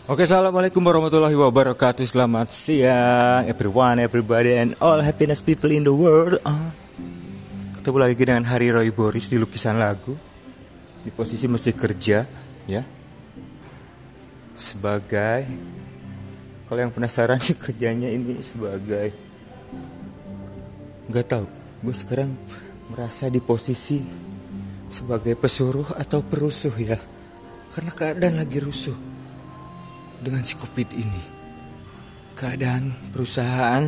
Oke, assalamualaikum warahmatullahi wabarakatuh. Selamat siang, everyone, everybody, and all happiness people in the world. Ketemu lagi dengan Hari Roy Boris di lukisan lagu. Di posisi mesti kerja, ya. Sebagai, kalau yang penasaran kerjanya ini sebagai, nggak tahu. Gue sekarang merasa di posisi sebagai pesuruh atau perusuh ya, karena keadaan lagi rusuh. Dengan si COVID ini, keadaan perusahaan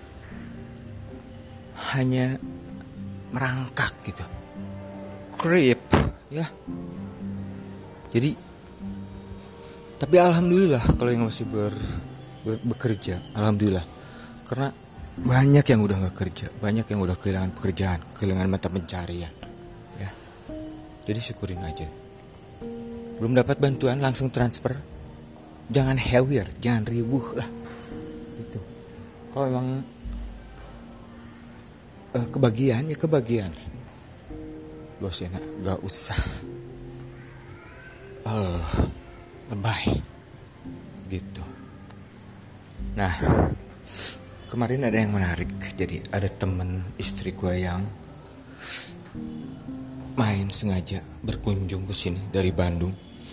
hanya merangkak gitu, creep ya. Jadi, tapi alhamdulillah kalau yang masih bekerja, alhamdulillah, karena banyak yang udah nggak kerja, banyak yang udah kehilangan pekerjaan, kehilangan mata pencarian, ya. Jadi syukurin aja. Belum dapat bantuan langsung transfer. Jangan hewir, jangan ribuh lah. Itu. Kalau emang kebagian ya kebagian. Gak usah, gak usah. Lebay. Gitu. Nah, kemarin ada yang menarik. Jadi ada temen istri gue yang main sengaja berkunjung ke sini dari Bandung.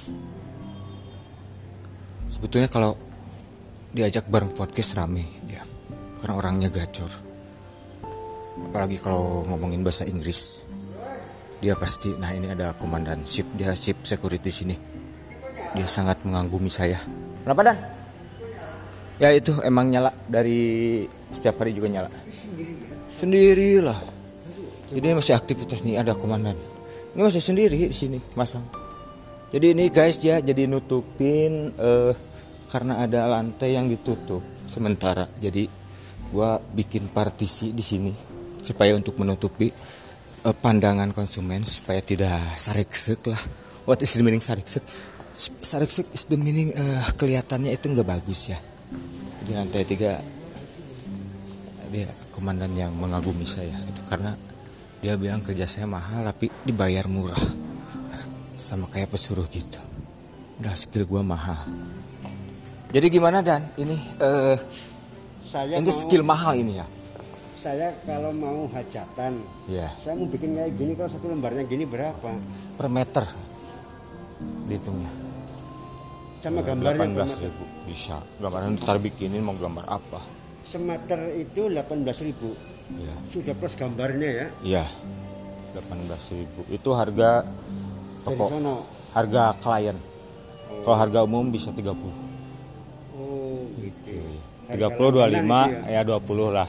Sebetulnya kalau diajak bareng podcast rame dia, karena orangnya gacor. Apalagi kalau ngomongin bahasa Inggris, dia pasti. Nah, ini ada komandan ship, dia ship security sini. Dia sangat mengagumi saya. Kenapa Dan? Ya itu emang nyala dari setiap hari juga nyala. Sendirilah. Jadi masih aktivitas nih, ada komandan. Ini masih sendiri di sini masang. Jadi ini guys ya, jadi nutupin karena ada lantai yang ditutup sementara. Jadi gua bikin partisi di sini supaya untuk menutupi pandangan konsumen supaya tidak sariksek lah. What is the meaning sariksek? Sariksek is the meaning kelihatannya itu nggak bagus ya. Di lantai 3 dia komandan yang mengagumi saya itu karena dia bilang kerja saya mahal tapi dibayar murah. Sama kayak pesuruh gitu. Udah skill gue mahal. Jadi gimana Dan? Ini ini skill mahal ini ya. Saya kalau mau hajatan, ya. Saya mau bikin kayak gini, kalau satu lembarnya gini berapa? Per meter dihitungnya. Sama gambarnya 18.000 bisa. Gambaran ntar bikinin mau gambar apa? Semeter itu 18.000. Ya. Sudah plus gambarnya ya? Iya. 18.000. Itu harga toko, harga klien. Kalau harga umum bisa 30. Oh gitu. 30, 25, ya 20 lah.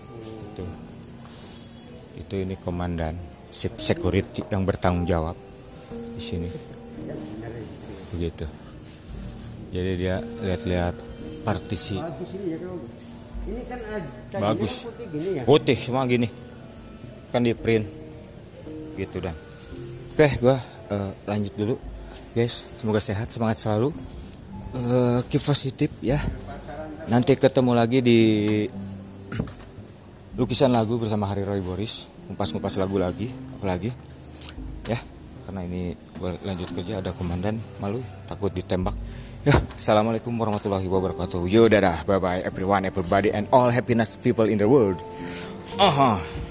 Itu ini komandan ship security yang bertanggung jawab di sini. Begitu. Jadi dia lihat-lihat partisi. Ini kan bagus. Putih gini ya? Putih semua gini. Kan di print. Gitu Dan. Oke, gua lanjut dulu guys, semoga sehat, semangat selalu, keep positif ya. Nanti ketemu lagi di lukisan lagu bersama Hari Roy Boris, ngupas lagu lagi apalagi ya, karena ini gue lanjut kerja, ada komandan, malu takut ditembak ya. Assalamualaikum warahmatullahi wabarakatuh. Yo dadah, bye bye everyone, everybody, and all happiness people in the world.